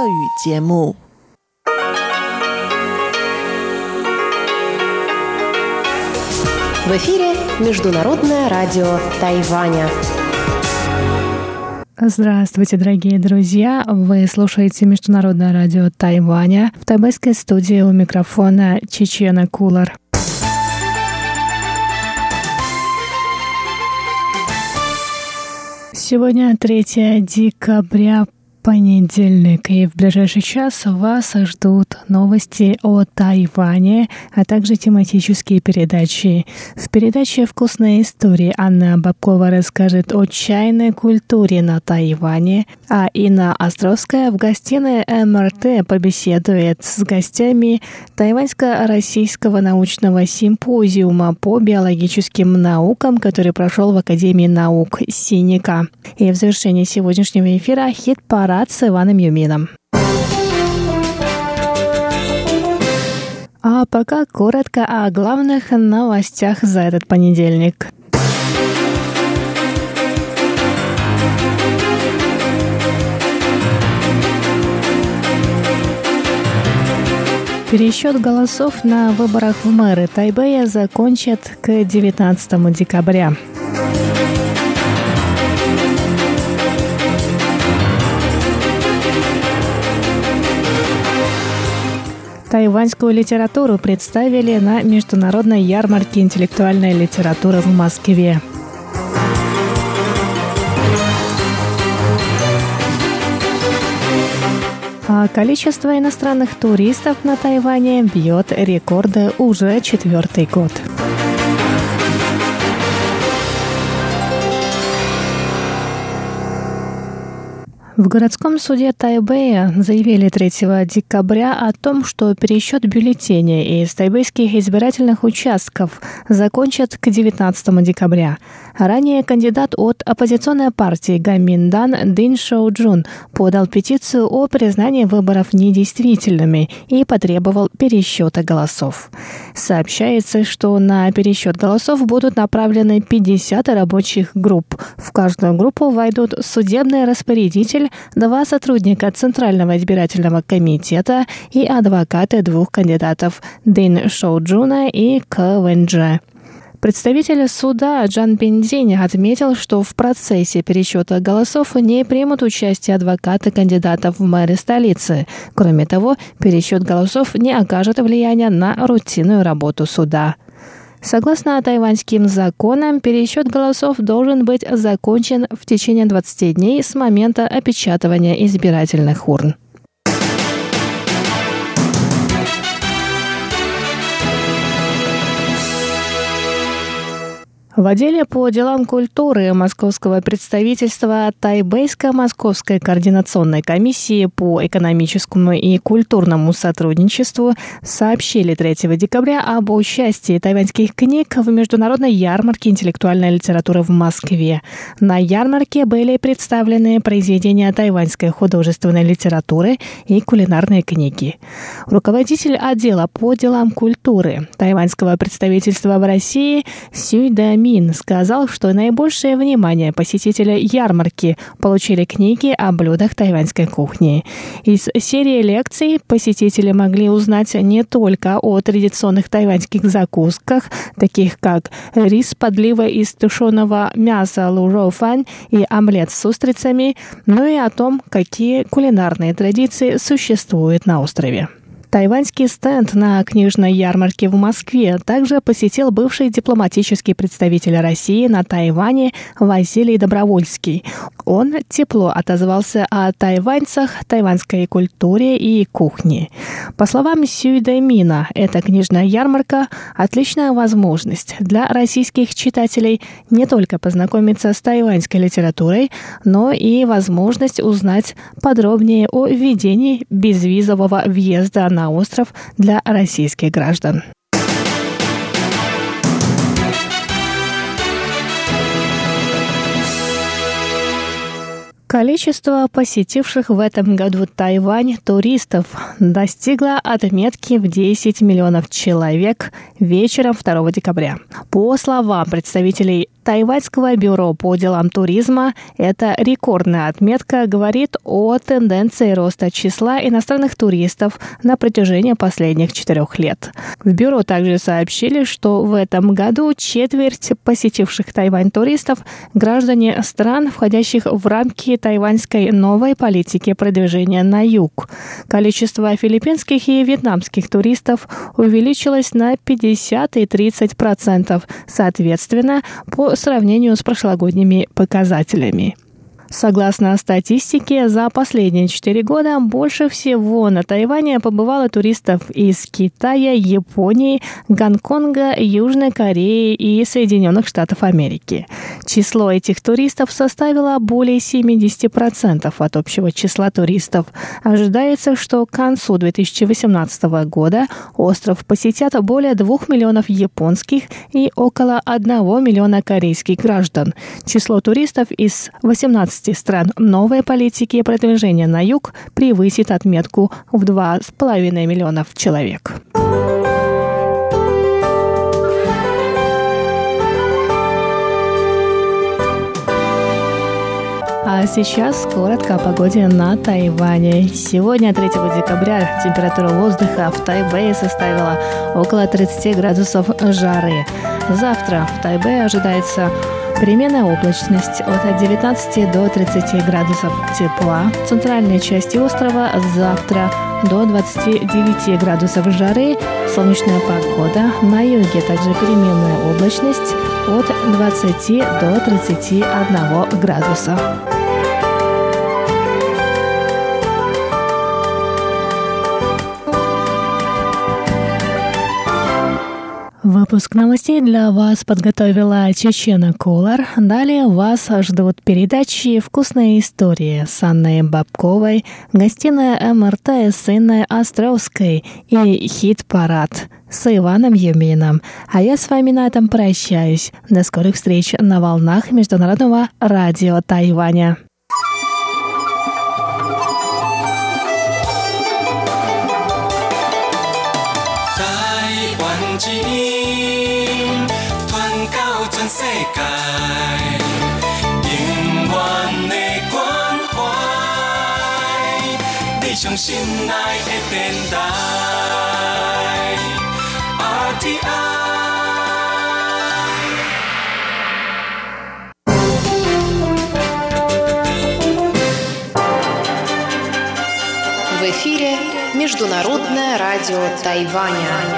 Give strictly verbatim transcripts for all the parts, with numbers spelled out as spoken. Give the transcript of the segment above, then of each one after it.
В эфире Международное радио Тайваня. Здравствуйте, дорогие друзья! Вы слушаете Международное радио Тайваня. В тайбэйской студии у микрофона Чечена Кулар. Сегодня третьего декабря, понедельник, и в ближайший час вас ждут новости о Тайване, а также тематические передачи. В передаче «Вкусные истории» Анна Бабкова расскажет о чайной культуре на Тайване, а Инна Островская в гостиной эм эр тэ побеседует с гостями Тайваньско-российского научного симпозиума по биологическим наукам, который прошел в Академии наук Синяка. И в завершении сегодняшнего эфира хит-парад с Иваном Юмином. А пока коротко о главных новостях за этот понедельник. Пересчет голосов на выборах в мэры Тайбэя закончат к девятнадцатому декабря. Тайваньскую литературу представили на международной ярмарке интеллектуальной литературы в Москве. А количество иностранных туристов на Тайване бьет рекорды уже четвертый год. В городском суде Тайбэя заявили третьего декабря о том, что пересчет бюллетеней из тайбэйских избирательных участков закончат к девятнадцатому декабря. Ранее кандидат от оппозиционной партии Гаминдан Дин Шоуджун подал петицию о признании выборов недействительными и потребовал пересчета голосов. Сообщается, что на пересчет голосов будут направлены пятьдесят рабочих групп. В каждую группу войдут судебный распорядитель, два сотрудника Центрального избирательного комитета и адвокаты двух кандидатов Дин Шоуджуна и Кэ Вэнджэ. Представитель суда Джан Пиндзинь отметил, что в процессе пересчета голосов не примут участие адвокаты кандидатов в мэры столицы. Кроме того, пересчет голосов не окажет влияния на рутинную работу суда. Согласно тайваньским законам, пересчет голосов должен быть закончен в течение двадцати дней с момента опечатывания избирательных урн. В отделе по делам культуры Московского представительства Тайбэйско-Московской координационной комиссии по экономическому и культурному сотрудничеству сообщили третьего декабря об участии тайваньских книг в международной ярмарке интеллектуальной литературы в Москве. На ярмарке были представлены произведения тайваньской художественной литературы и кулинарные книги. Руководитель отдела по делам культуры тайваньского представительства в России Сюй Дэ Мин сказал, что наибольшее внимание посетителя ярмарки получили книги о блюдах тайваньской кухни. Из серии лекций посетители могли узнать не только о традиционных тайваньских закусках, таких как рис подлива из тушеного мяса лу-роу-фань и омлет с устрицами, но и о том, какие кулинарные традиции существуют на острове. Тайваньский стенд на книжной ярмарке в Москве также посетил бывший дипломатический представитель России на Тайване Василий Добровольский. Он тепло отозвался о тайваньцах, тайваньской культуре и кухне. По словам Сюй Дэ Мина, эта книжная ярмарка – отличная возможность для российских читателей не только познакомиться с тайваньской литературой, но и возможность узнать подробнее о введении безвизового въезда на на остров для российских граждан. Количество посетивших в этом году Тайвань туристов достигло отметки в десять миллионов человек вечером второго декабря. По словам представителей Тайваньского бюро по делам туризма эта рекордная отметка говорит о тенденции роста числа иностранных туристов на протяжении последних четырех лет. В бюро также сообщили, что в этом году четверть посетивших Тайвань туристов – граждане стран, входящих в рамки тайваньской новой политики продвижения на юг. Количество филиппинских и вьетнамских туристов увеличилось на пятьдесят и тридцать процентов, соответственно, по сравнению с прошлогодними показателями. Согласно статистике, за последние четыре года больше всего на Тайване побывало туристов из Китая, Японии, Гонконга, Южной Кореи и Соединенных Штатов Америки. Число этих туристов составило более семьдесят процентов от общего числа туристов. Ожидается, что к концу две тысячи восемнадцатого года остров посетят более двух миллионов японских и около одного миллиона корейских граждан. Число туристов из восемнадцати стран новой политики продвижения на юг превысит отметку в два с половиной миллионов человек. А сейчас коротко о погоде на Тайване. Сегодня, третьего декабря, температура воздуха в Тайбэе составила около тридцати градусов жары. Завтра в Тайбэе ожидается переменная облачность от девятнадцати до тридцати градусов тепла. В центральной части острова завтра до двадцати девяти градусов жары. Солнечная погода. На юге также переменная облачность от двадцати до тридцати одного градуса. Выпуск новостей для вас подготовила Чечена Колор. Далее вас ждут передачи «Вкусные истории» с Анной Бабковой, «Гостиная эм эр тэ» с Инной Островской и «Хит-парад» с Иваном Юмином. А я с вами на этом прощаюсь. До скорых встреч на волнах Международного радио Тайваня. В эфире Международное радио Тайваня.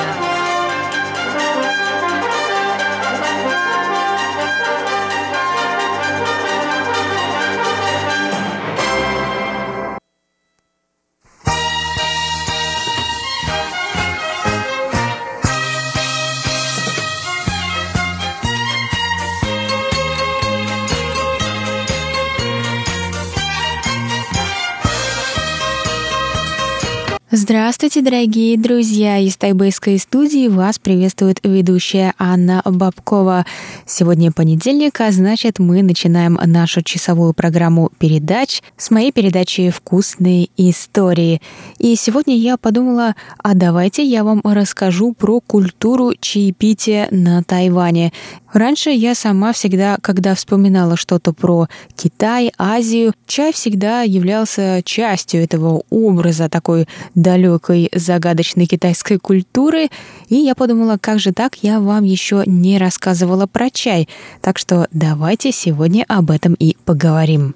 Здравствуйте, дорогие друзья! Из тайбэйской студии вас приветствует ведущая Анна Бабкова. Сегодня понедельник, а значит, мы начинаем нашу часовую программу передач с моей передачи «Вкусные истории». И сегодня я подумала, а давайте я вам расскажу про культуру чаепития на Тайване. Раньше я сама всегда, когда вспоминала что-то про Китай, Азию, чай всегда являлся частью этого образа такой далекой, загадочной китайской культуры. И я подумала, как же так, я вам еще не рассказывала про чай. Так что давайте сегодня об этом и поговорим.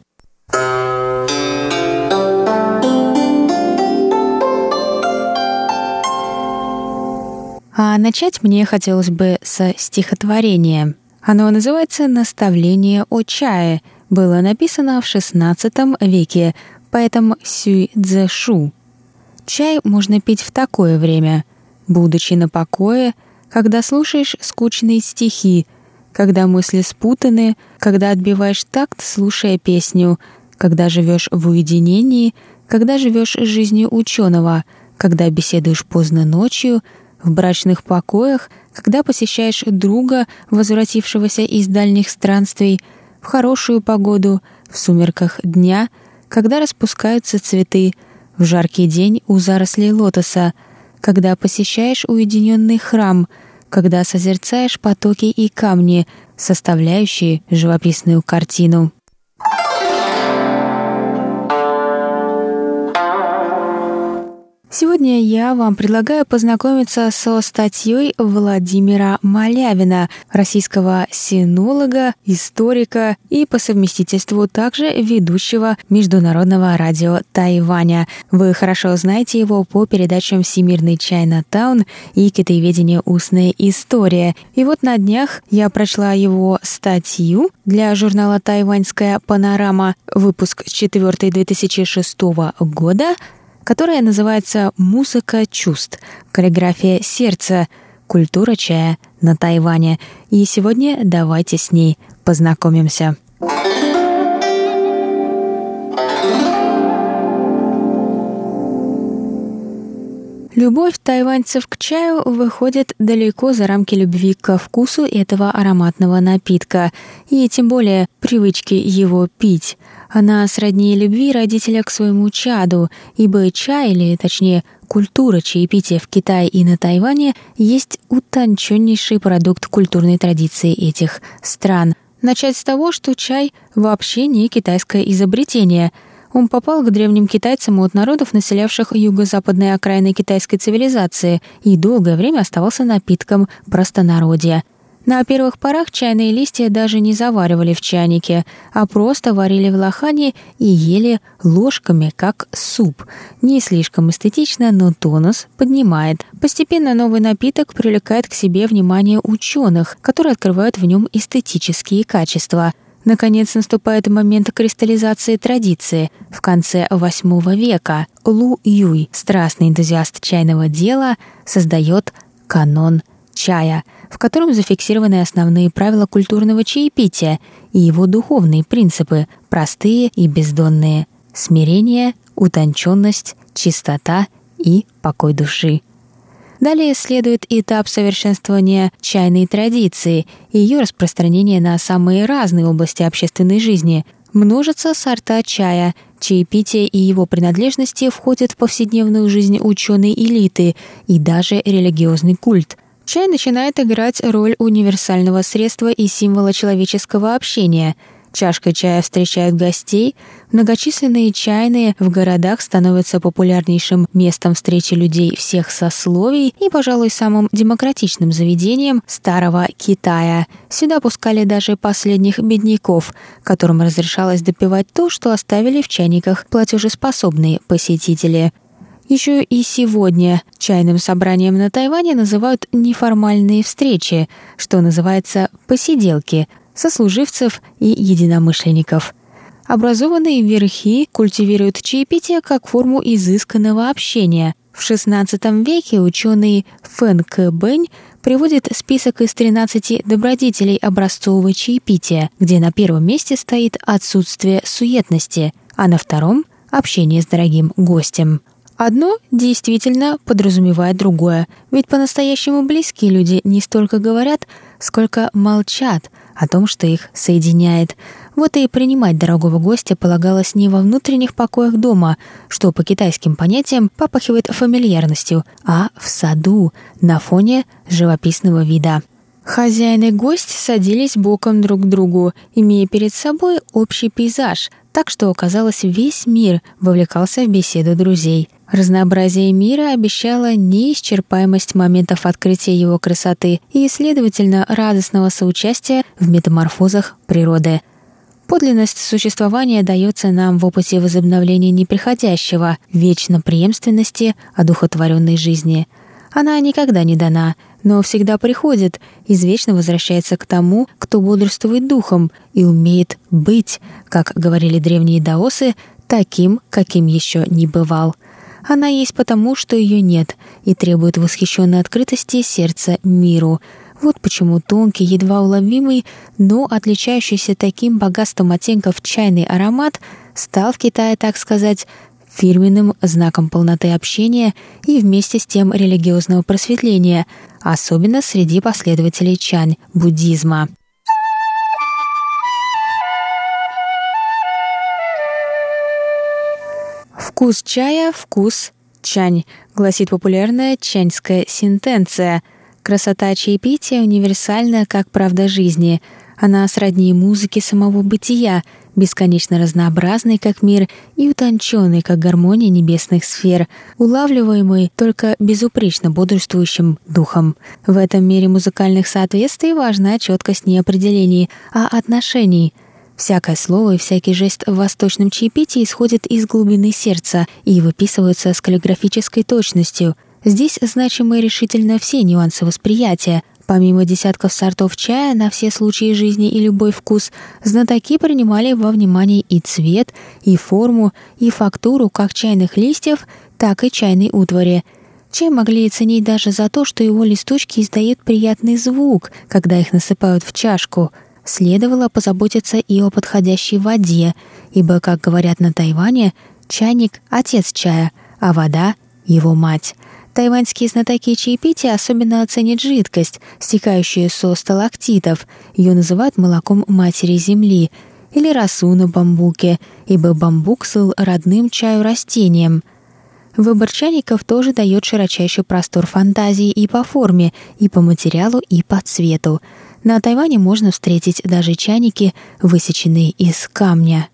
А начать мне хотелось бы со стихотворения. Оно называется «Наставление о чае». Было написано в шестнадцатом веке поэтом Сюй Цзэшу. Чай можно пить в такое время, будучи на покое, когда слушаешь скучные стихи, когда мысли спутаны, когда отбиваешь такт, слушая песню, когда живешь в уединении, когда живешь жизнью ученого, когда беседуешь поздно ночью, в брачных покоях, когда посещаешь друга, возвратившегося из дальних странствий, в хорошую погоду, в сумерках дня, когда распускаются цветы, в жаркий день у зарослей лотоса, когда посещаешь уединенный храм, когда созерцаешь потоки и камни, составляющие живописную картину. Сегодня я вам предлагаю познакомиться со статьей Владимира Малявина, российского синолога, историка и по совместительству также ведущего Международного радио Тайваня. Вы хорошо знаете его по передачам «Всемирный Чайнатаун» и «Китаеведение. Устная история». И вот на днях я прочла его статью для журнала «Тайваньская панорама», выпуск четвёртый две тысячи шестого года, которая называется «Музыка чувств. Каллиграфия сердца. Культура чая на Тайване». И сегодня давайте с ней познакомимся. Любовь тайваньцев к чаю выходит далеко за рамки любви ко вкусу этого ароматного напитка, и тем более привычки его пить. Она сродни любви родителя к своему чаду, ибо чай, или точнее культура чаепития в Китае и на Тайване, есть утонченнейший продукт культурной традиции этих стран. Начать с того, что чай вообще не китайское изобретение. Он попал к древним китайцам от народов, населявших юго-западные окраины китайской цивилизации, и долгое время оставался напитком простонародья. На первых порах чайные листья даже не заваривали в чайнике, а просто варили в лохане и ели ложками, как суп. Не слишком эстетично, но тонус поднимает. Постепенно новый напиток привлекает к себе внимание ученых, которые открывают в нем эстетические качества. Наконец наступает момент кристаллизации традиции. В конце восьмого века Лу Юй, страстный энтузиаст чайного дела, создает канон чая, в котором зафиксированы основные правила культурного чаепития и его духовные принципы, простые и бездонные: смирение, утонченность, чистота и покой души. Далее следует этап совершенствования чайной традиции и ее распространения на самые разные области общественной жизни. Множатся сорта чая, чаепитие и его принадлежности входят в повседневную жизнь ученой элиты и даже религиозный культ. Чай начинает играть роль универсального средства и символа человеческого общения. Чашкой чая встречают гостей, многочисленные чайные в городах становятся популярнейшим местом встречи людей всех сословий и, пожалуй, самым демократичным заведением старого Китая. Сюда пускали даже последних бедняков, которым разрешалось допивать то, что оставили в чайниках платежеспособные посетители. Еще и сегодня чайным собранием на Тайване называют неформальные встречи, что называется посиделки, сослуживцев и единомышленников. Образованные верхи культивируют чаепитие как форму изысканного общения. В шестнадцатом веке ученый Фэн Кэ-бэнь приводит список из тринадцати добродетелей образцового чаепития, где на первом месте стоит отсутствие суетности, а на втором – общение с дорогим гостем. Одно действительно подразумевает другое, ведь по-настоящему близкие люди не столько говорят, сколько молчат о том, что их соединяет. Вот и принимать дорогого гостя полагалось не во внутренних покоях дома, что по китайским понятиям попахивает фамильярностью, а в саду, на фоне живописного вида. Хозяин и гость садились боком друг к другу, имея перед собой общий пейзаж, так что, казалось, весь мир вовлекался в беседу друзей. Разнообразие мира обещало неисчерпаемость моментов открытия его красоты и, следовательно, радостного соучастия в метаморфозах природы. Подлинность существования дается нам в опыте возобновления неприходящего, вечной преемственности одухотворенной жизни. Она никогда не дана, но всегда приходит, извечно возвращается к тому, кто бодрствует духом и умеет быть, как говорили древние даосы, таким, каким еще не бывал. Она есть потому, что ее нет, и требует восхищенной открытости сердца миру. Вот почему тонкий, едва уловимый, но отличающийся таким богатством оттенков чайный аромат стал в Китае, так сказать, фирменным знаком полноты общения и вместе с тем религиозного просветления, особенно среди последователей чань-буддизма. «Вкус чая – вкус чань», гласит популярная чаньская сентенция. Красота чаепития универсальна, как правда жизни. Она сродни музыке самого бытия, бесконечно разнообразной, как мир, и утонченной, как гармония небесных сфер, улавливаемой только безупречно бодрствующим духом. В этом мире музыкальных соответствий важна четкость не определений, а отношений. Всякое слово и всякий жест в восточном чаепитии исходит из глубины сердца и выписываются с каллиграфической точностью. Здесь значимы решительно все нюансы восприятия. Помимо десятков сортов чая на все случаи жизни и любой вкус, знатоки принимали во внимание и цвет, и форму, и фактуру как чайных листьев, так и чайной утвари. Чай могли ценить даже за то, что его листочки издают приятный звук, когда их насыпают в чашку. Следовало позаботиться и о подходящей воде, ибо, как говорят на Тайване, чайник – отец чая, а вода – его мать. Тайваньские знатоки чаепития особенно оценят жидкость, стекающую со сталактитов. Ее называют молоком матери земли, или росу на бамбуке, ибо бамбук слыл родным чаю растением. Выбор чайников тоже дает широчайший простор фантазии и по форме, и по материалу, и по цвету. На Тайване можно встретить даже чайники, высеченные из камня.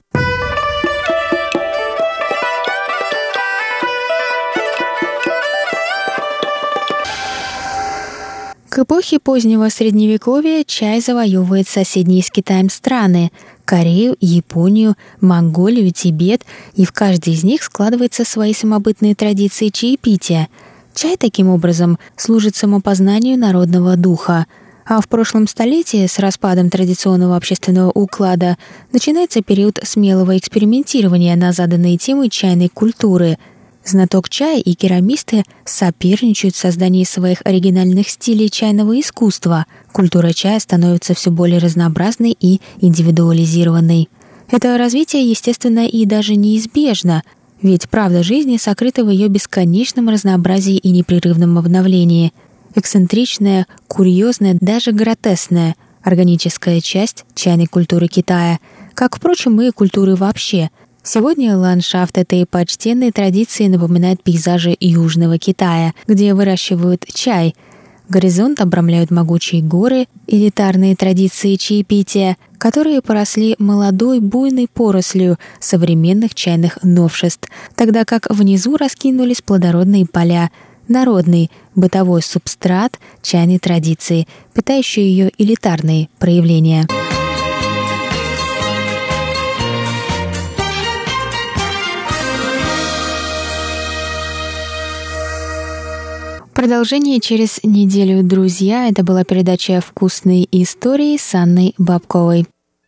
К эпохе позднего Средневековья чай завоевывает соседние с Китаем страны – Корею, Японию, Монголию, Тибет, и в каждой из них складываются свои самобытные традиции чаепития. Чай, таким образом, служит самопознанию народного духа. А в прошлом столетии, с распадом традиционного общественного уклада, начинается период смелого экспериментирования на заданные темы чайной культуры. Знаток чая и керамисты соперничают в создании своих оригинальных стилей чайного искусства. Культура чая становится все более разнообразной и индивидуализированной. Это развитие, естественно, и даже неизбежно, ведь правда жизни сокрыта в ее бесконечном разнообразии и непрерывном обновлении. Эксцентричная, курьезная, даже гротескная – органическая часть чайной культуры Китая, как, впрочем, и культуры вообще. Сегодня ландшафт этой почтенной традиции напоминает пейзажи Южного Китая, где выращивают чай. Горизонт обрамляют могучие горы, элитарные традиции чаепития, которые поросли молодой буйной порослью современных чайных новшеств, тогда как внизу раскинулись плодородные поля, народный, бытовой субстрат чайной традиции, питающий ее элитарные проявления. Продолжение через неделю, друзья. Это была передача «Вкусные истории» с Анной Бабковой.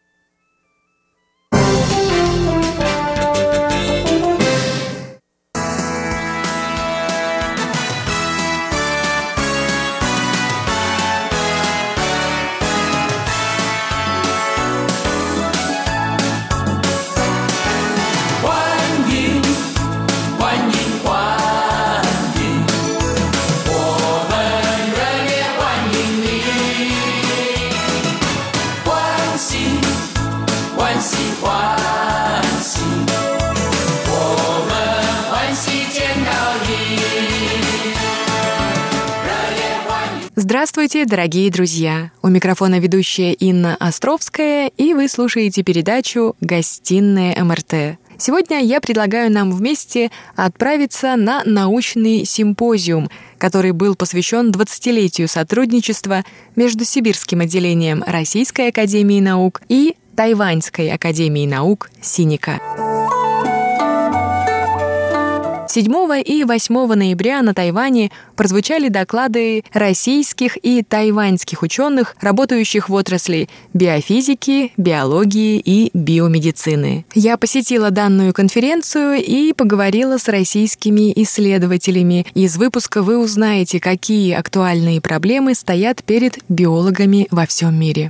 Здравствуйте, дорогие друзья! У микрофона ведущая Инна Островская, и вы слушаете передачу «Гостиная эм эр тэ». Сегодня я предлагаю нам вместе отправиться на научный симпозиум, который был посвящен двадцатилетию сотрудничества между Сибирским отделением Российской академии наук и Тайваньской академией наук «Синика». седьмого и восьмого ноября на Тайване прозвучали доклады российских и тайваньских ученых, работающих в отрасли биофизики, биологии и биомедицины. Я посетила данную конференцию и поговорила с российскими исследователями. Из выпуска вы узнаете, какие актуальные проблемы стоят перед биологами во всем мире.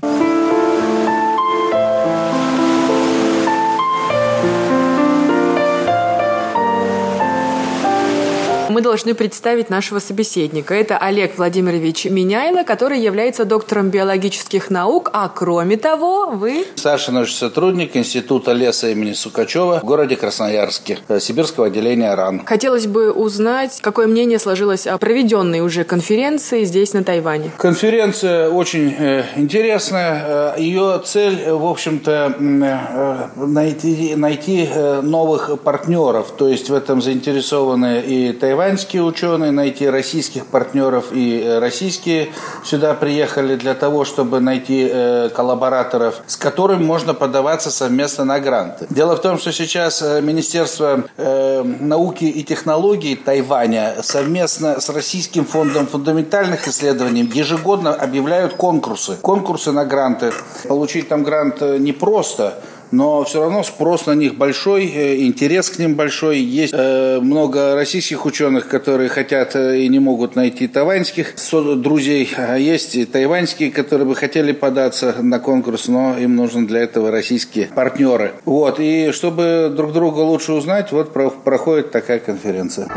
мы должны представить нашего собеседника. Это Олег Владимирович Меняйло, который является доктором биологических наук, а кроме того, вы... Старший научный сотрудник Института леса имени Сукачева в городе Красноярске, Сибирского отделения РАН. Хотелось бы узнать, какое мнение сложилось о проведенной уже конференции здесь, на Тайване. Конференция очень э, интересная. Ее цель, в общем-то, э, найти, найти новых партнеров. То есть в этом заинтересованы и тайваньские ученые, найти российских партнеров, и российские сюда приехали для того, чтобы найти э, коллабораторов, с которыми можно подаваться совместно на гранты. Дело в том, что сейчас Министерство э, науки и технологий Тайваня совместно с Российским фондом фундаментальных исследований ежегодно объявляют конкурсы. Конкурсы на гранты. Получить там грант непросто, но все равно спрос на них большой, интерес к ним большой. Есть э, много российских ученых, которые хотят и не могут найти тайваньских друзей. А есть и тайваньские, которые бы хотели податься на конкурс, но им нужны для этого российские партнеры. Вот. И чтобы друг друга лучше узнать, вот проходит такая конференция.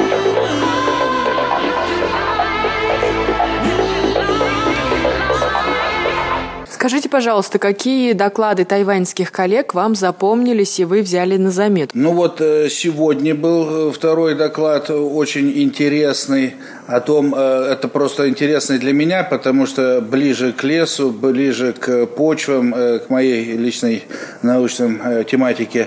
Скажите, пожалуйста, какие доклады тайваньских коллег вам запомнились и вы взяли на заметку? Ну вот сегодня был второй доклад, очень интересный, о том, это просто интересный для меня, потому что ближе к лесу, ближе к почвам, к моей личной научной тематике.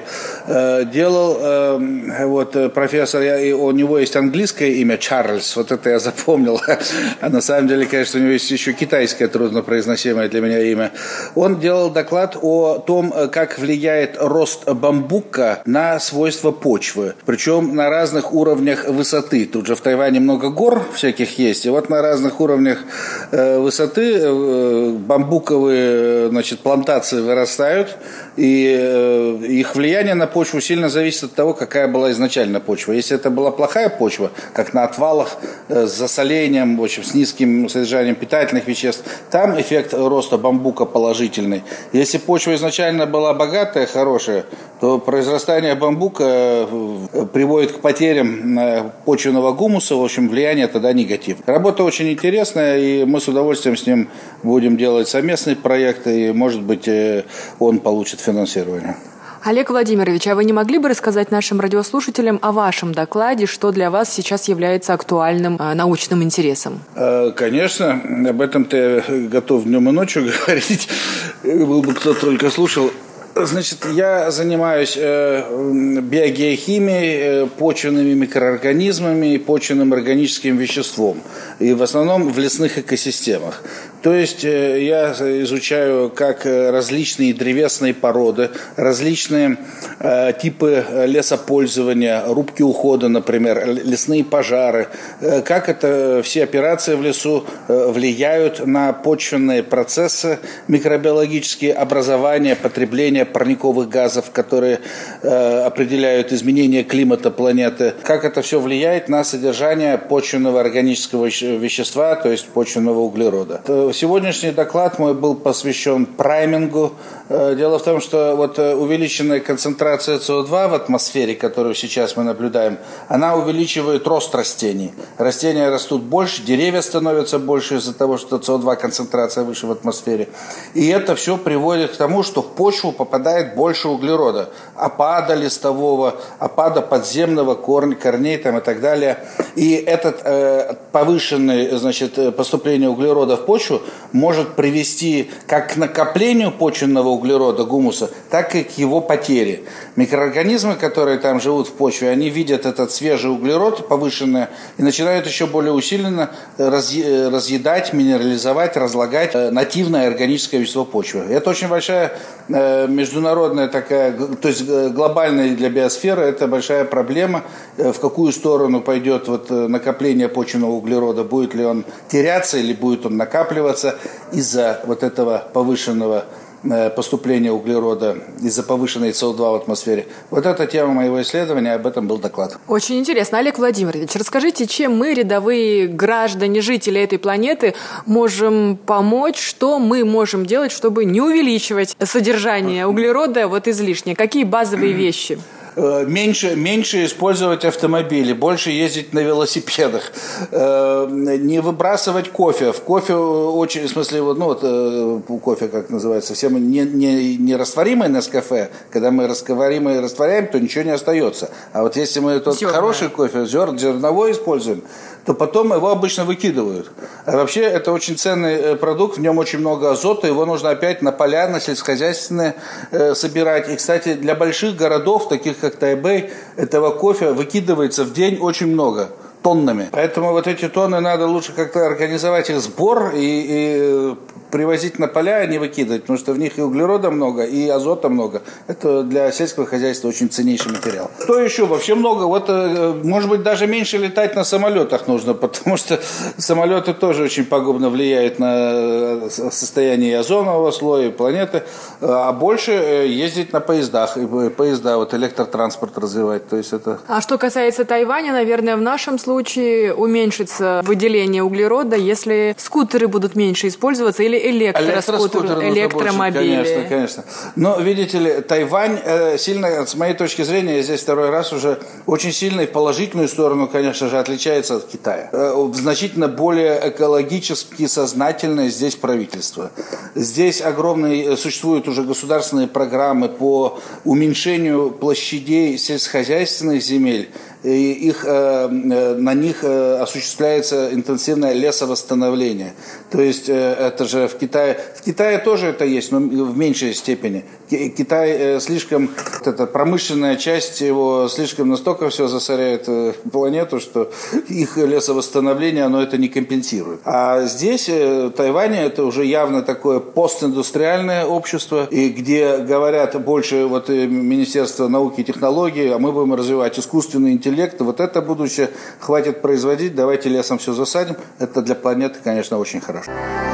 Делал вот профессор, у него есть английское имя Чарльз, вот это я запомнил, а на самом деле, конечно, у него есть еще китайское труднопроизносимое для меня имя. Он делал доклад о том, как влияет рост бамбука на свойства почвы, причем на разных уровнях высоты. Тут же в Тайване много гор всяких есть, и вот на разных уровнях высоты бамбуковые, значит, плантации вырастают, и их влияние на почву сильно зависит от того, какая была изначально почва. Если это была плохая почва, как на отвалах с засолением, в общем, с низким содержанием питательных веществ, там эффект роста бамбука положительный. Если почва изначально была богатая, хорошая, то произрастание бамбука приводит к потерям почвенного гумуса, в общем, влияние тогда негативное. Работа очень интересная, и мы с удовольствием с ним будем делать совместный проект, и, может быть, он получит финансирование. Олег Владимирович, а вы не могли бы рассказать нашим радиослушателям о вашем докладе, что для вас сейчас является актуальным э, научным интересом? Конечно, об этом-то я готов днем и ночью говорить, был бы кто только слушал. Значит, я занимаюсь э, биогеохимией, э, почвенными микроорганизмами и почвенным органическим веществом. И в основном в лесных экосистемах. То есть э, я изучаю как различные древесные породы, различные э, типы лесопользования, рубки ухода, например, лесные пожары, э, как это все операции в лесу э, влияют на почвенные процессы, микробиологические образования, потребление парниковых газов, которые э, определяют изменение климата планеты. Как это все влияет на содержание почвенного органического вещества, то есть почвенного углерода. Сегодняшний доклад мой был посвящен праймингу. Э, дело в том, что вот увеличенная концентрация си о два в атмосфере, которую сейчас мы наблюдаем, она увеличивает рост растений. Растения растут больше, деревья становятся больше из-за того, что си о два концентрация выше в атмосфере. И это все приводит к тому, что в почву попадает попадает больше углерода, опада листового, опада подземного, корня, корней там, и так далее. И это э, повышенное, значит, поступление углерода в почву может привести как к накоплению почвенного углерода, гумуса, так и к его потере. Микроорганизмы, которые там живут в почве, они видят этот свежий углерод повышенный и начинают еще более усиленно разъедать, минерализовать, разлагать нативное органическое вещество почвы. Это очень большая э, международная такая, то есть глобальная для биосферы, это большая проблема, в какую сторону пойдет вот накопление почвенного углерода, будет ли он теряться или будет он накапливаться из-за вот этого повышенного поступления углерода, из-за повышенной си о два в атмосфере. Вот эта тема моего исследования, об этом был доклад. Очень интересно. Олег Владимирович, расскажите, чем мы, рядовые граждане, жители этой планеты, можем помочь, что мы можем делать, чтобы не увеличивать содержание углерода вот излишне? Какие базовые вещи? Меньше, меньше использовать автомобили, больше ездить на велосипедах, не выбрасывать кофе. В кофе очень, в смысле, ну вот кофе, как называется, все мы не, не, не растворимый Нескафе, когда мы растворимый растворяем, то ничего не остается. А вот если мы тот Зерна. хороший кофе, зер, зерновой используем, то потом его обычно выкидывают. А вообще это очень ценный продукт, в нем очень много азота, его нужно опять на поля, на сельскохозяйственные э, собирать. И, кстати, для больших городов, таких как Тайбэй, этого кофе выкидывается в день очень много. Тоннами. Поэтому вот эти тонны надо лучше как-то организовать их сбор и, и привозить на поля, а не выкидывать, потому что в них и углерода много, и азота много. Это для сельского хозяйства очень ценнейший материал. Что еще? Вообще много. Вот, может быть, даже меньше летать на самолетах нужно, потому что самолеты тоже очень пагубно влияют на состояние озонового слоя планеты, а больше ездить на поездах, и поезда, вот электротранспорт развивать. То есть это... А что касается Тайваня, наверное, в нашем случае случае уменьшится выделение углерода, если скутеры будут меньше использоваться или электроскутеры, электромобили. Больше, конечно, конечно. Но, видите ли, Тайвань э, сильно, с моей точки зрения, я здесь второй раз уже, очень сильно и в положительную сторону, конечно же, отличается от Китая. Э, значительно более экологически сознательное здесь правительство. Здесь огромные, существуют уже государственные программы по уменьшению площадей сельскохозяйственных земель. И их, э, на них э, осуществляется интенсивное лесовосстановление. То есть э, это же в Китае, в Китае тоже это есть, но в меньшей степени. Китай э, слишком, вот эта промышленная часть его слишком настолько все засоряет э, планету, что их лесовосстановление, оно это не компенсирует. А здесь, э, в Тайване, это уже явно такое постиндустриальное общество, и где говорят больше вот, Министерство науки и технологий, а мы будем развивать искусственный интеллект. Вот это будущее хватит производить, давайте лесом все засадим. Это для планеты, конечно, очень хорошо.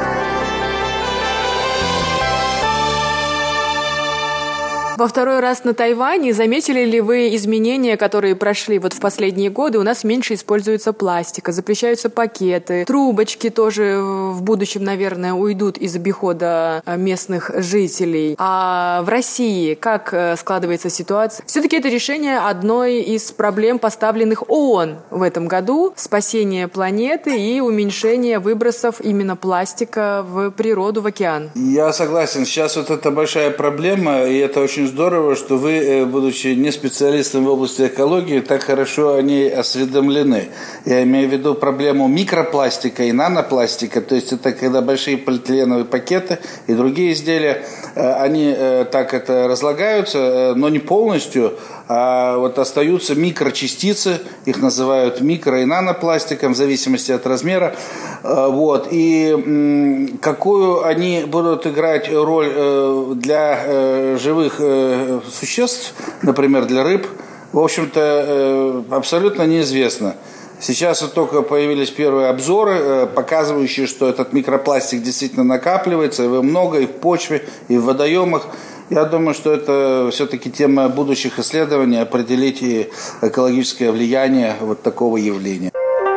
Во второй раз на Тайване заметили ли вы изменения, которые прошли вот в последние годы? У нас меньше используется пластика, запрещаются пакеты, трубочки тоже в будущем, наверное, уйдут из обихода местных жителей. А в России как складывается ситуация? Все-таки это решение одной из проблем, поставленных ООН в этом году: спасение планеты и уменьшение выбросов именно пластика в природу, в океан. Я согласен. Сейчас вот это большая проблема, и это очень здорово, что вы, будучи не специалистом в области экологии, так хорошо о ней осведомлены. Я имею в виду проблему микропластика и нанопластика, то есть это когда большие полиэтиленовые пакеты и другие изделия, они так это разлагаются, но не полностью, а вот остаются микрочастицы, их называют микро- и нанопластиком в зависимости от размера. Вот. И какую они будут играть роль для живых существ, например, для рыб, в общем-то, абсолютно неизвестно. Сейчас вот только появились первые обзоры, показывающие, что этот микропластик действительно накапливается, его много и в почве, и в водоемах. Я думаю, что это все-таки тема будущих исследований, определить и экологическое влияние вот такого явления.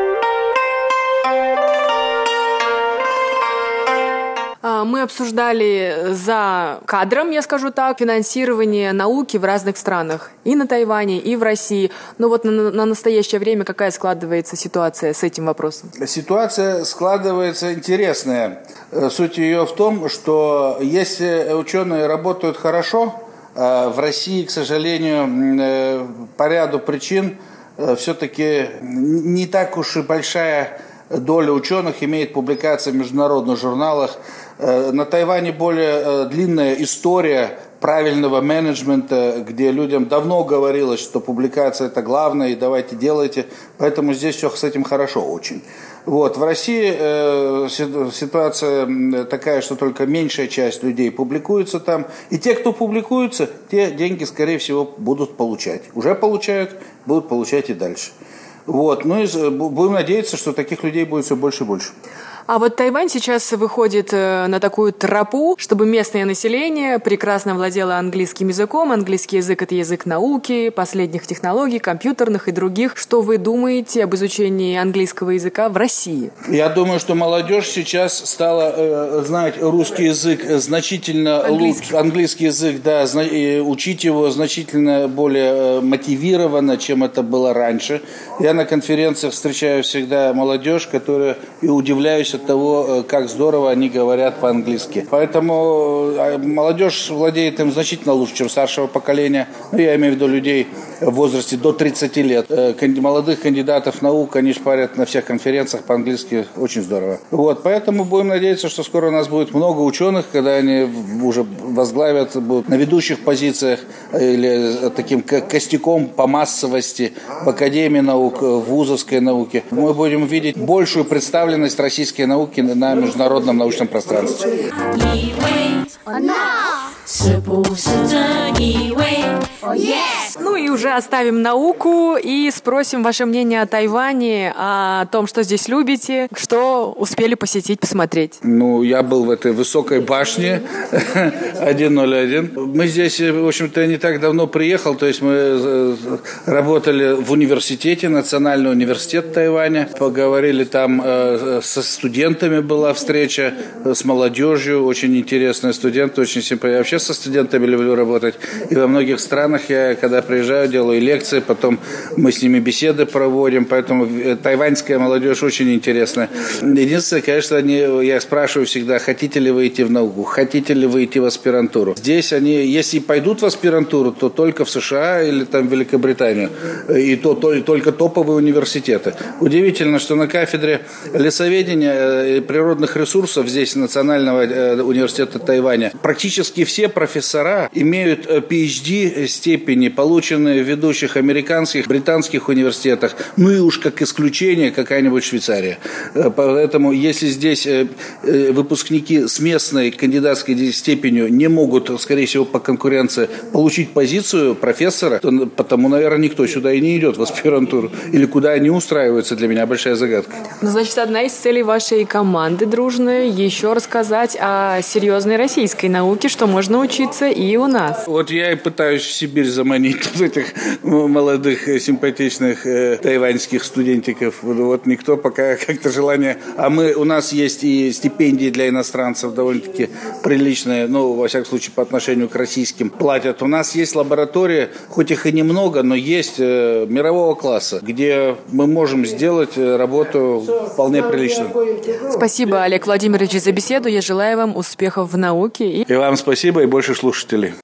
Мы обсуждали за кадром, я скажу так, финансирование науки в разных странах. И на Тайване, и в России. Но вот на, на настоящее время какая складывается ситуация с этим вопросом? Ситуация складывается интересная. Суть ее в том, что если ученые работают хорошо, в России, к сожалению, по ряду причин все-таки не так уж и большая доля ученых имеет публикации в международных журналах. На Тайване более длинная история правильного менеджмента, где людям давно говорилось, что публикация – это главное, и давайте делайте. Поэтому здесь все с этим хорошо очень. Вот. В России э, ситуация такая, что только меньшая часть людей публикуется там. И те, кто публикуются, те деньги, скорее всего, будут получать. Уже получают, будут получать и дальше. Вот. Ну и будем надеяться, что таких людей будет все больше и больше. А вот Тайвань сейчас выходит на такую тропу, чтобы местное население прекрасно владело английским языком. Английский язык — это язык науки, последних технологий, компьютерных и других. Что вы думаете об изучении английского языка в России? Я думаю, что молодежь сейчас стала э, знать русский язык значительно лучше. Английский язык, да, зна- и учить его значительно более э, мотивированно, чем это было раньше. Я на конференциях встречаю всегда молодежь, которая и удивляюсь от того, как здорово они говорят по-английски. Поэтому молодежь владеет им значительно лучше, чем старшего поколения. Ну, я имею в виду людей в возрасте до тридцати лет. Молодых кандидатов наук они шпарят на всех конференциях по-английски очень здорово. Вот, поэтому будем надеяться, что скоро у нас будет много ученых, когда они уже возглавят, будут на ведущих позициях или таким костяком по массовости в Академии наук, в вузовской науке. Мы будем видеть большую представленность российской науки на международном научном пространстве. Ну и уже оставим науку и спросим ваше мнение о Тайване, о том, что здесь любите, что успели посетить, посмотреть. Ну, я был в этой высокой башне сто один. Мы здесь, в общем-то, не так давно приехал, то есть мы работали в университете, Национальный университет Тайваня, поговорили там со студентами, была встреча с молодежью, очень интересные студенты, очень симпатичные. Я вообще со студентами люблю работать, и во многих странах я, когда приезжаю, делаю лекции, потом мы с ними беседы проводим, поэтому тайваньская молодежь очень интересная. Единственное, конечно, они, я спрашиваю всегда, хотите ли вы идти в науку, хотите ли вы идти в аспирантуру. Здесь они, если пойдут в аспирантуру, то только в США или там в Великобританию, и то, то и только топовые университеты. Удивительно, что на кафедре лесоведения и природных ресурсов здесь Национального университета Тайваня практически все профессора имеют пи эйч ди степени, полученные в ведущих американских, британских университетах, ну и уж как исключение какая-нибудь Швейцария. Поэтому если здесь выпускники с местной кандидатской степенью не могут, скорее всего, по конкуренции получить позицию профессора, то потому, наверное, никто сюда и не идет в аспирантуру. Или куда они устраиваются, для меня большая загадка. Ну, значит, одна из целей вашей команды дружной еще рассказать о серьезной российской науке, что можно учиться и у нас. Вот я и пытаюсь в Сибирь заманить этих молодых, симпатичных э, тайваньских студентиков. Вот никто пока как-то желание... А мы, у нас есть и стипендии для иностранцев довольно-таки приличные, ну, во всяком случае, по отношению к российским платят. У нас есть лаборатории, хоть их и немного, но есть э, мирового класса, где мы можем сделать работу вполне приличную. Спасибо, Олег Владимирович, за беседу. Я желаю вам успехов в науке. И, и вам спасибо, и больше слушателей.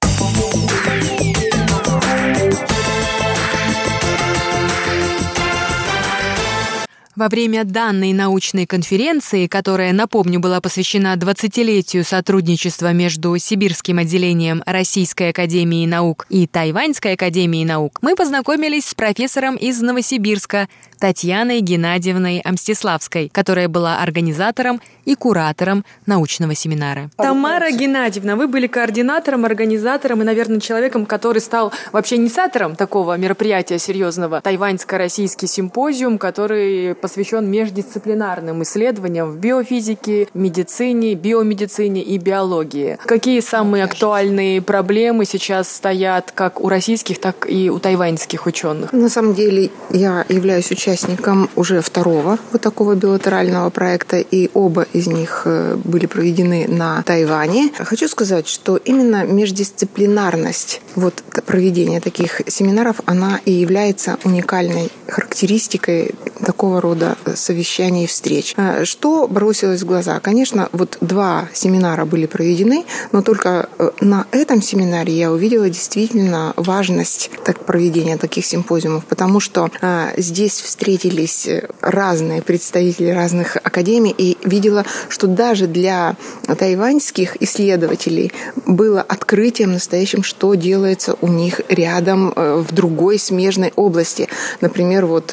Во время данной научной конференции, которая, напомню, была посвящена двадцатилетию сотрудничества между Сибирским отделением Российской академии наук и Тайваньской академией наук, мы познакомились с профессором из Новосибирска Татьяной Геннадьевной Мстиславской, которая была организатором и куратором научного семинара. Тамара Геннадьевна, вы были координатором, организатором и, наверное, человеком, который стал вообще инициатором такого мероприятия серьезного. Тайваньско-российский симпозиум, который посвящен междисциплинарным исследованиям в биофизике, медицине, биомедицине и биологии. Какие самые актуальные проблемы сейчас стоят как у российских, так и у тайваньских ученых? На самом деле я являюсь участником участником уже второго вот такого билатерального проекта, и оба из них были проведены на Тайване. Хочу сказать, что именно междисциплинарность вот проведения таких семинаров, она и является уникальной характеристикой такого рода совещаний и встреч. Что бросилось в глаза? Конечно, вот два семинара были проведены, но только на этом семинаре я увидела действительно важность так, проведения таких симпозиумов, потому что а, здесь встретились разные представители разных академий, и видела, что даже для тайваньских исследователей было открытием настоящим, что делается у них рядом в другой смежной области. Например, вот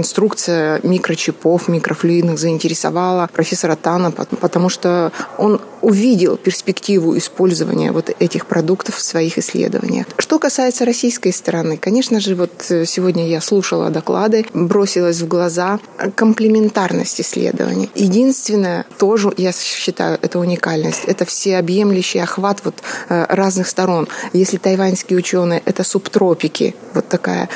конструкция микрочипов, микрофлюидных заинтересовала профессора Тана, потому что он увидел перспективу использования вот этих продуктов в своих исследованиях. Что касается российской стороны, конечно же, вот сегодня я слушала доклады, бросилась в глаза комплементарность исследований. Единственное, тоже, я считаю, это уникальность, это всеобъемлющий охват вот разных сторон. Если тайваньские ученые — это субтропики, вот такая,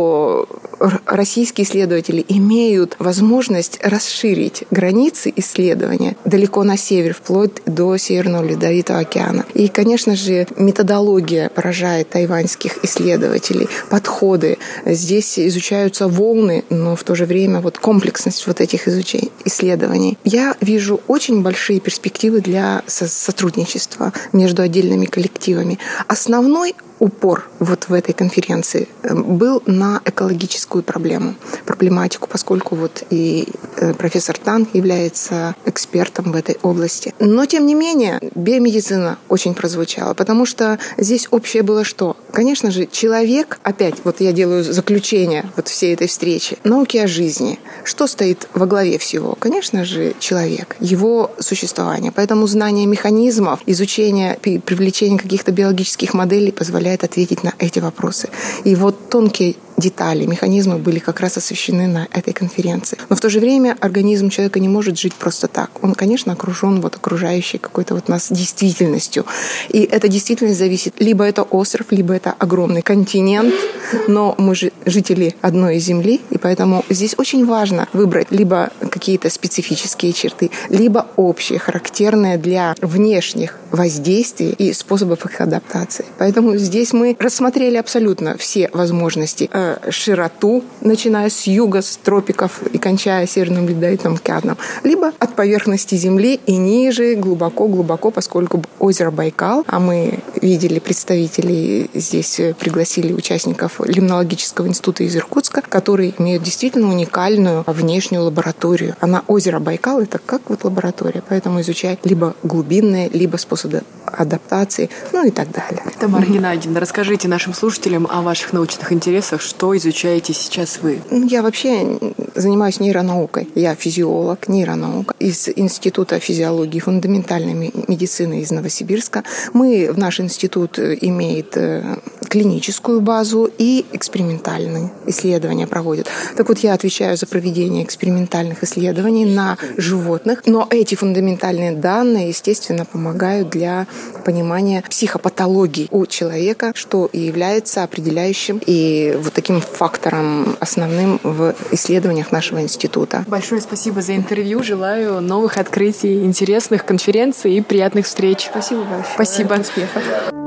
то российские исследователи имеют возможность расширить границы исследования далеко на север, вплоть до Северного Ледовитого океана. И, конечно же, методология поражает тайваньских исследователей, подходы. Здесь изучаются волны, но в то же время вот комплексность вот этих изучений, исследований. Я вижу очень большие перспективы для сотрудничества между отдельными коллективами. Основной упор вот в этой конференции был на экологическую проблему, проблематику, поскольку вот и профессор Тан является экспертом в этой области. Но, тем не менее, биомедицина очень прозвучала, потому что здесь общее было что? Конечно же, человек, опять, вот я делаю заключение вот всей этой встречи, науки о жизни. Что стоит во главе всего? Конечно же, человек, его существование. Поэтому знание механизмов, изучение, привлечение каких-то биологических моделей позволяет ответить на эти вопросы. И вот тонкие детали, механизмы были как раз освещены на этой конференции. Но в то же время организм человека не может жить просто так. Он, конечно, окружен вот окружающей какой-то вот нас действительностью. И эта действительность зависит, либо это остров, либо это огромный континент, но мы же жители одной земли, и поэтому здесь очень важно выбрать либо какие-то специфические черты, либо общие, характерные для внешних воздействий и способов их адаптации. Поэтому здесь мы рассмотрели абсолютно все возможности, широту, начиная с юга, с тропиков и кончая Северным Ледовитым океаном, либо от поверхности Земли и ниже, глубоко-глубоко, поскольку озеро Байкал, а мы видели представителей, здесь пригласили участников Лимнологического института из Иркутска, которые имеют действительно уникальную внешнюю лабораторию. Она озеро Байкал — это как вот лаборатория, поэтому изучать либо глубинные, либо способы адаптации, ну и так далее. Тамара Геннадьевна, расскажите нашим слушателям о ваших научных интересах, что изучаете сейчас вы? Я вообще занимаюсь нейронаукой. Я физиолог, нейронаука из Института физиологии и фундаментальной медицины из Новосибирска. Мы, наш институт имеет клиническую базу и экспериментальные исследования проводят. Так вот, я отвечаю за проведение экспериментальных исследований на животных, но эти фундаментальные данные, естественно, помогают для понимания психопатологии у человека, что и является определяющим и вот таким фактором основным в исследованиях нашего института. Большое спасибо за интервью. Желаю новых открытий, интересных конференций и приятных встреч. Спасибо большое. Спасибо. Успехов.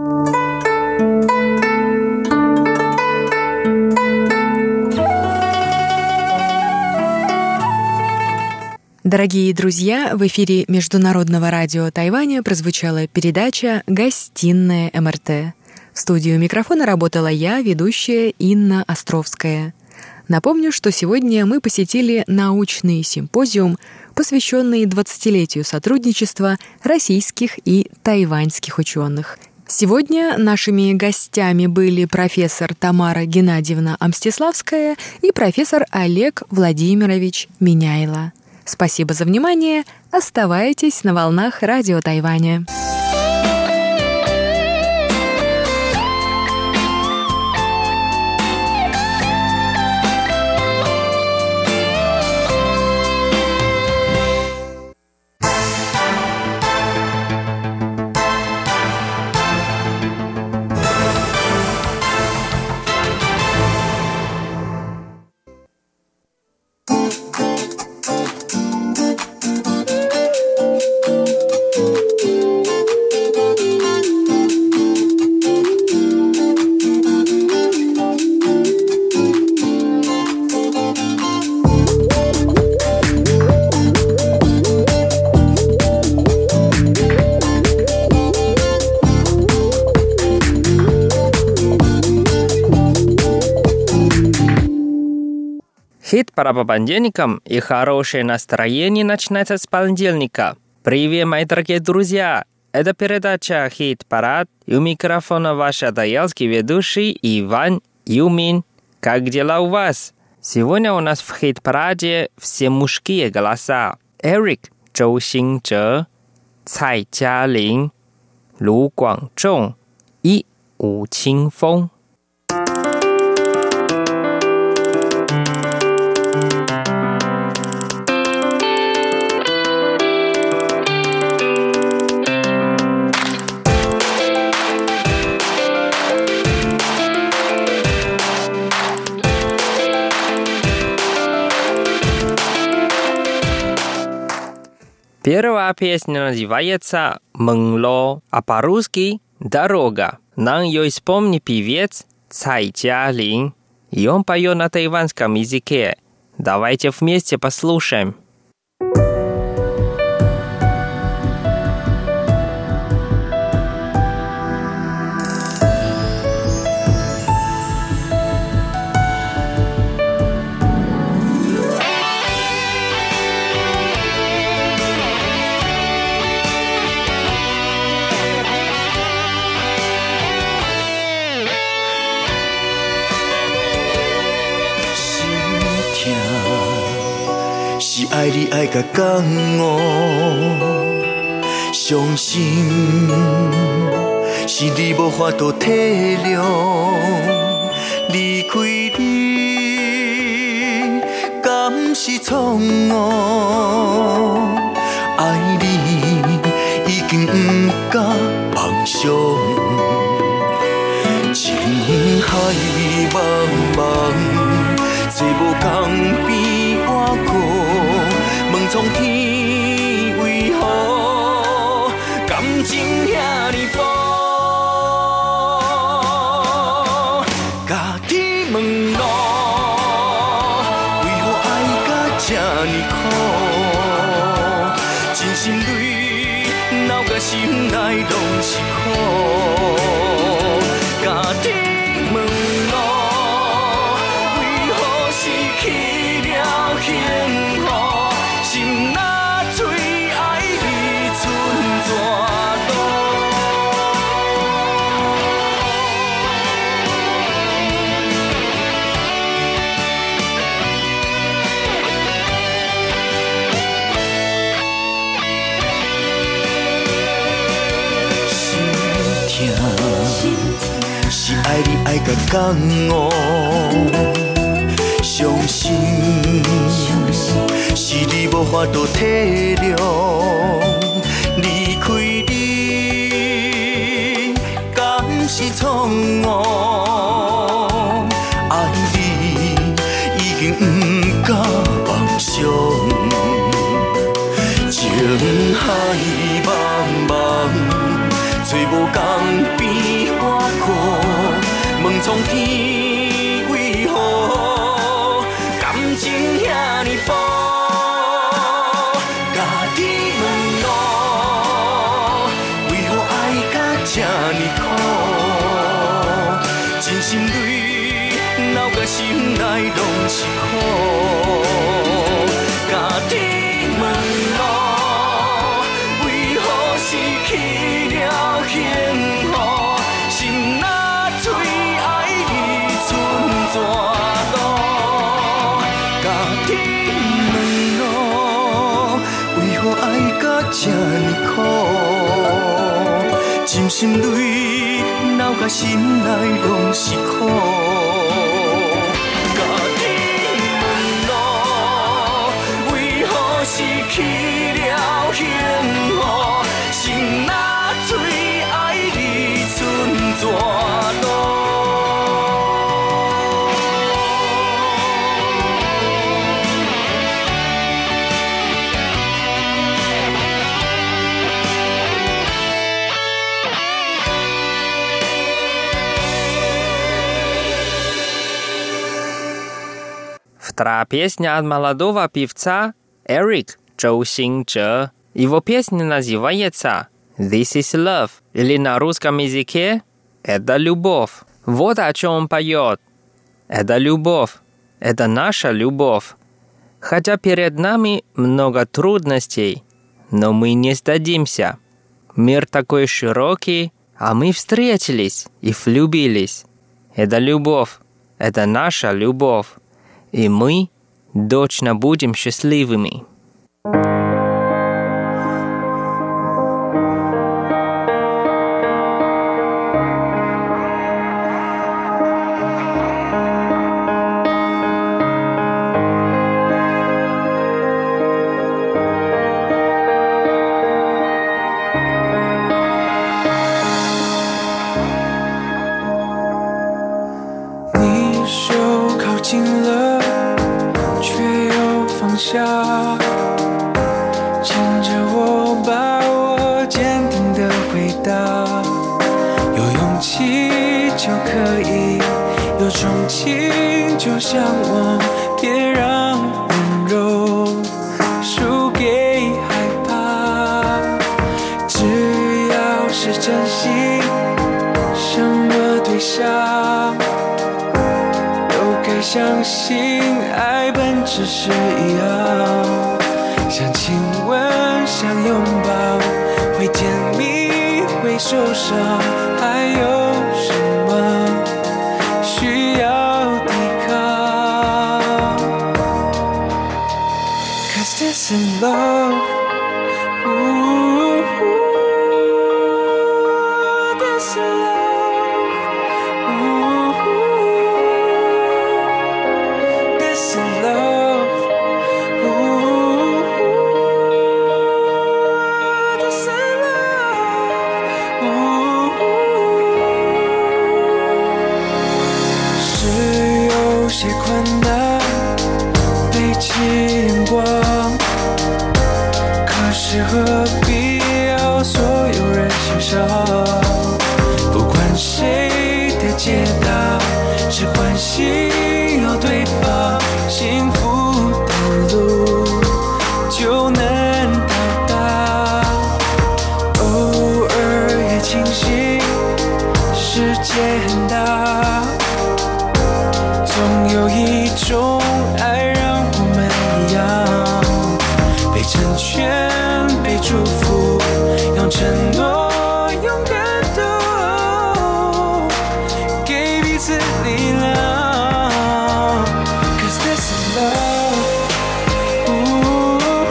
Дорогие друзья, в эфире Международного радио Тайваня прозвучала передача «Гостиная эм эр тэ». В студию микрофона работала я, ведущая Инна Островская. Напомню, что сегодня мы посетили научный симпозиум, посвященный двадцатилетию сотрудничества российских и тайваньских ученых. Сегодня нашими гостями были профессор Тамара Геннадьевна Амстиславская и профессор Олег Владимирович Меняйло. Спасибо за внимание. Оставайтесь на волнах радио Тайваня. Хит пора по понедельникам, и хорошее настроение начинается с понедельника. Привет, мои дорогие друзья! Это передача «Хит-парад», и у микрофона ваш адаялский ведущий Иван Юмин. Как дела у вас? Сегодня у нас в «Хит-параде» все мужские голоса. Эрик, Чжоу Синчжэ, 蔡嘉玲、卢广仲и吴青峰。Первая песня называется «Мэнло», а по-русски «Дорога». Нам ее исполнил певец Цай Jialin, и он поет на тайванском языке. Давайте вместе послушаем. 爱你爱甲感悟，伤心是你无法度体谅，离开你敢是错误？爱你已经不敢妄想，情海茫茫，找无共边我过。 问苍天为何感情遐尼薄？家己问路，为何爱甲这尼苦？真心泪流到心内拢是苦。家己问路，为何失去了幸福？ 心若水，爱你剩怎多？心痛，是爱你爱甲感悟，伤心。 是你无法度体谅，离开你敢是错误？爱你已经不敢妄想，情海茫茫，找无共边我过，问苍天为何感情遐尼薄？ 这呢苦，真心泪流到心内拢是苦。家己问路，为何失去了幸福？心若碎，爱你剩怎多？家己问路，为何爱甲这呢苦？ 真心泪流到心内拢是苦，家己问路，为何失去了幸福？心若碎，爱你剩怎多？ Вторая песня от молодого певца Эрик Чжоу Синьчже. Его песня называется «This is love» или на русском языке «Это любовь». Вот о чем он поет. Это любовь. Это наша любовь. Хотя перед нами много трудностей, но мы не сдадимся. Мир такой широкий, а мы встретились и влюбились. Это любовь. Это наша любовь. И мы точно будем счастливыми. 放下，牵着我，把我坚定的回答。有勇气就可以，有憧憬就向往，别让温柔输给害怕。只要是真心，什么对象都该相信，爱本质是一样，像亲吻，像拥抱，会甜蜜，会受伤，还有什么需要抵抗 ？Cause this is love. Ooh, this is love. Ooh, this is love. Ooh, this is love. Ooh, 是有些困难，被牵挂。可是何必要所有人欣赏？不管谁的解答，只关心有对方，幸福的路就能到达。偶尔也庆幸世界很大，总有一种爱让我们一样，被成全，被祝福，用承诺，用感动，给彼此力量。Cause this is love. Ooh,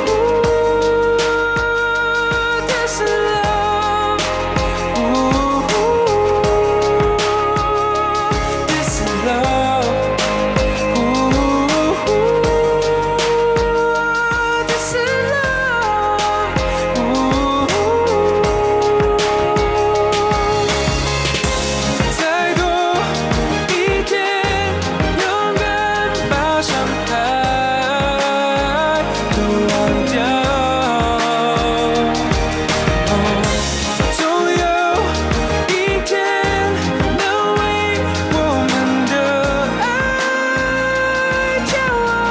this is love. Ooh, this is love. Ooh, this is love. Ooh, 再多一天，勇敢把伤害都忘掉。总有一天能为我们的爱骄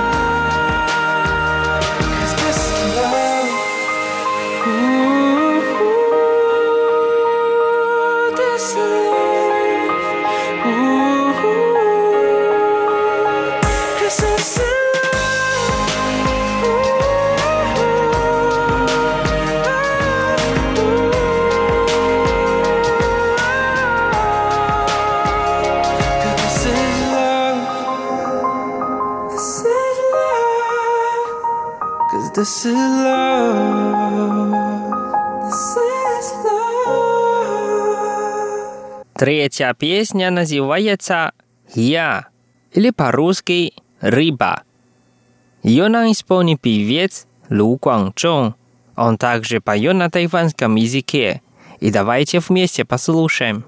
傲。Cause this is love. Ooh, this is love. Ooh, cause this is love. Cause this is love. This is love. Cause this is love. This is love. Третья песня называется «Я» или по-русски «Рыба». Ее нам исполнил певец Лу Гуанчжоу. Он также поет на тайванском языке. И давайте вместе послушаем.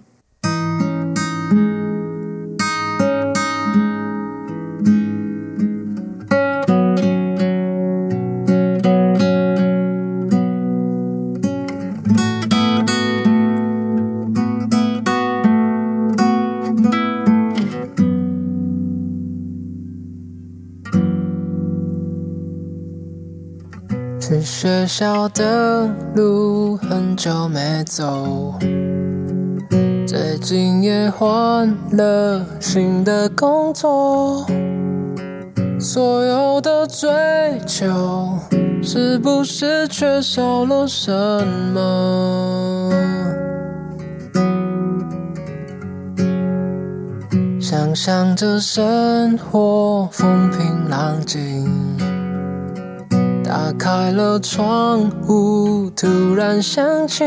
去学校的路很久没走，最近也换了新的工作，所有的追求是不是缺少了什么？想象着生活风平浪静，打开了窗户，突然想起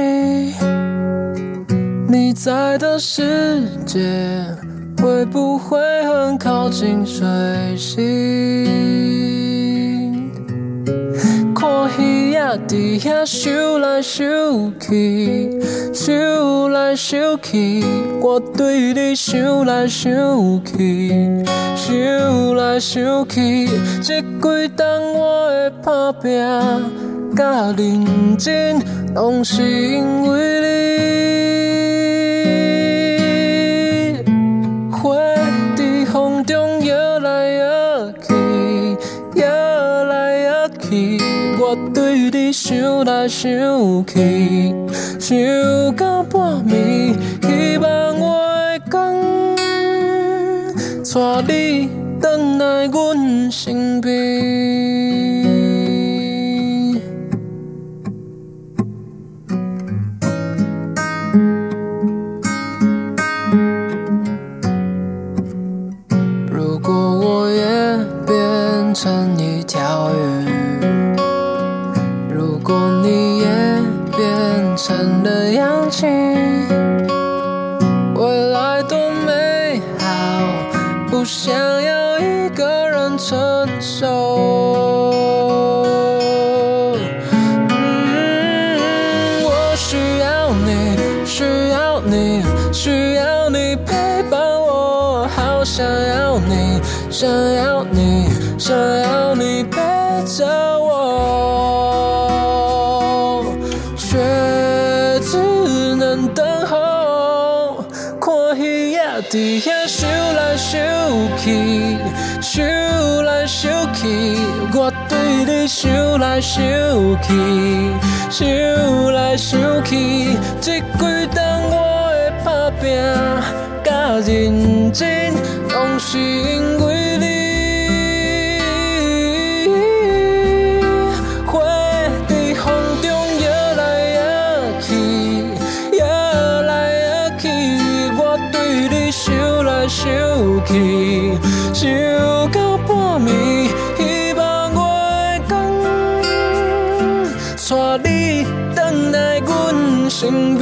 你在的世界会不会很靠近水星？看鱼仔伫遐想来想去，想来想去，我对你想来想去，想来想去，这几冬我的打拼甲认真，拢是因为你。花在风中摇来摇去，摇来摇去，我对你想来想去，想到半暝，希望我的天带你回来阮身边。如果我也变成一条鱼，如果你也变成了氧气，未来多美好，不想要一个人承受。嗯，我需要你，需要你，需要你陪伴我，好想要你，想要你，想要你陪着我，却只能等候。看鱼仔伫遐想来想去，想来想去，我对你想来想去，想来想去，这几冬我的打拼甲认真，拢是因为你。花在风中摇来摇去，摇来摇去，我对你想来想去，想到半暝，希望我的天带你回来阮身边。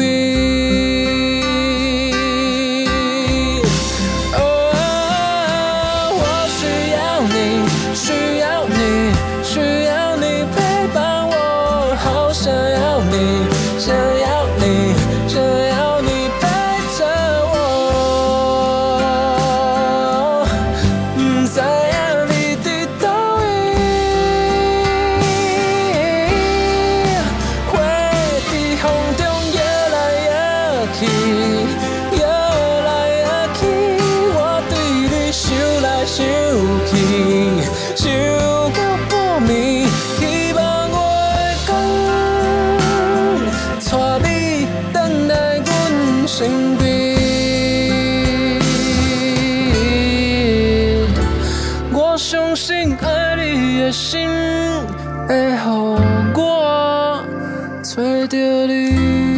我相信爱你的心会予我找到你。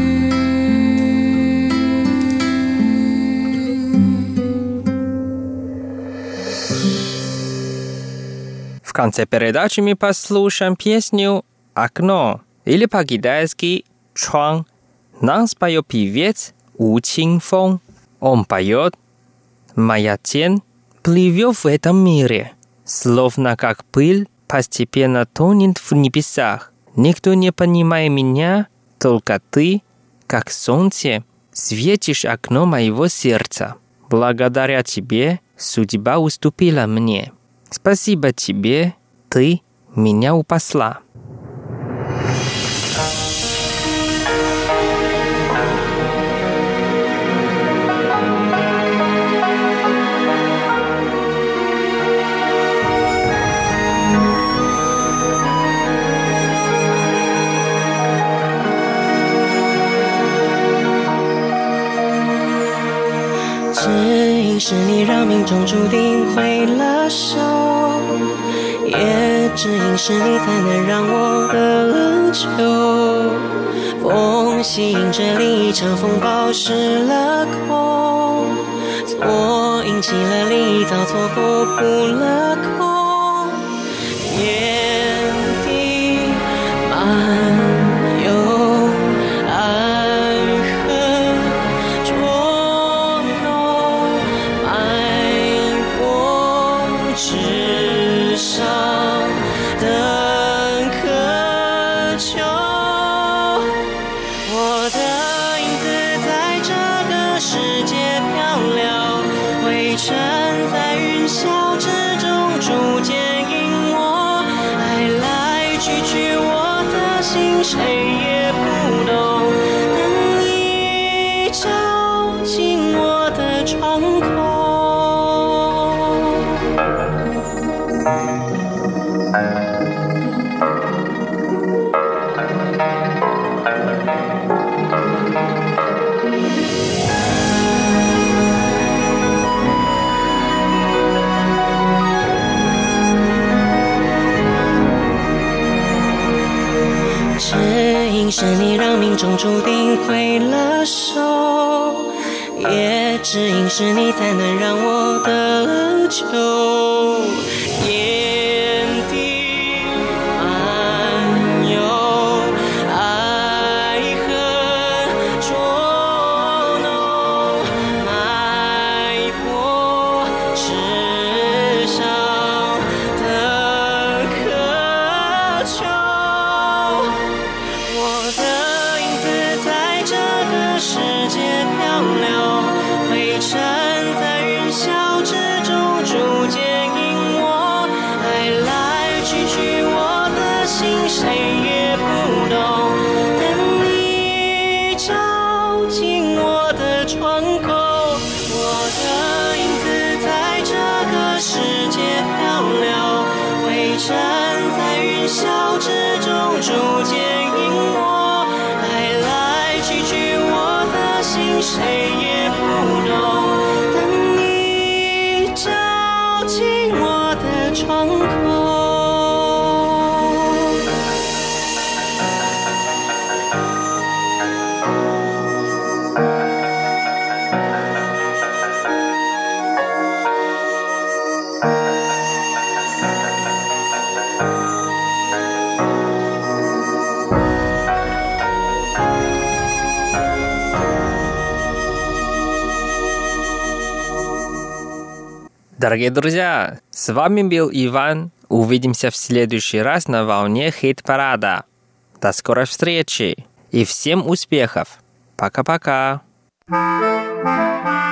В конце передачи мы послушаем песню «Окно» или по-китайски «Чуан». Нам споет певец У Чин-фон. Он поет: «Моя тень плывет в этом мире, словно как пыль постепенно тонет в небесах. Никто не понимает меня, только ты, как солнце, светишь окно моего сердца. Благодаря тебе судьба уступила мне. Спасибо тебе, ты меня упасла». 只因是你让命中注定会了手，也只因是你才能让我得了救。风吸引着另一场风暴失了控，错引起了另一遭错过扑了空。眼底漫游爱恨捉弄，迈过纸上的渴求。 句句我的心谁也不懂，等你照进我的窗口。只因是你让命中注定毁了手，也只因是你才能让我得了救。眼底漫游爱恨捉弄，脉搏世上的渴求。我的影子在这个世界漂流，灰尘在云霄之中逐渐隐没，来来去去我的心谁也不懂，等你照进我的窗口。我的影子在这个世界漂流，灰尘在云霄之中逐渐隐没，来来去去我的心谁也不懂，等你照进我的窗口。 Дорогие друзья, с вами был Иван. Увидимся в следующий раз на волне хит-парада. До скорой встречи и всем успехов. Пока-пока.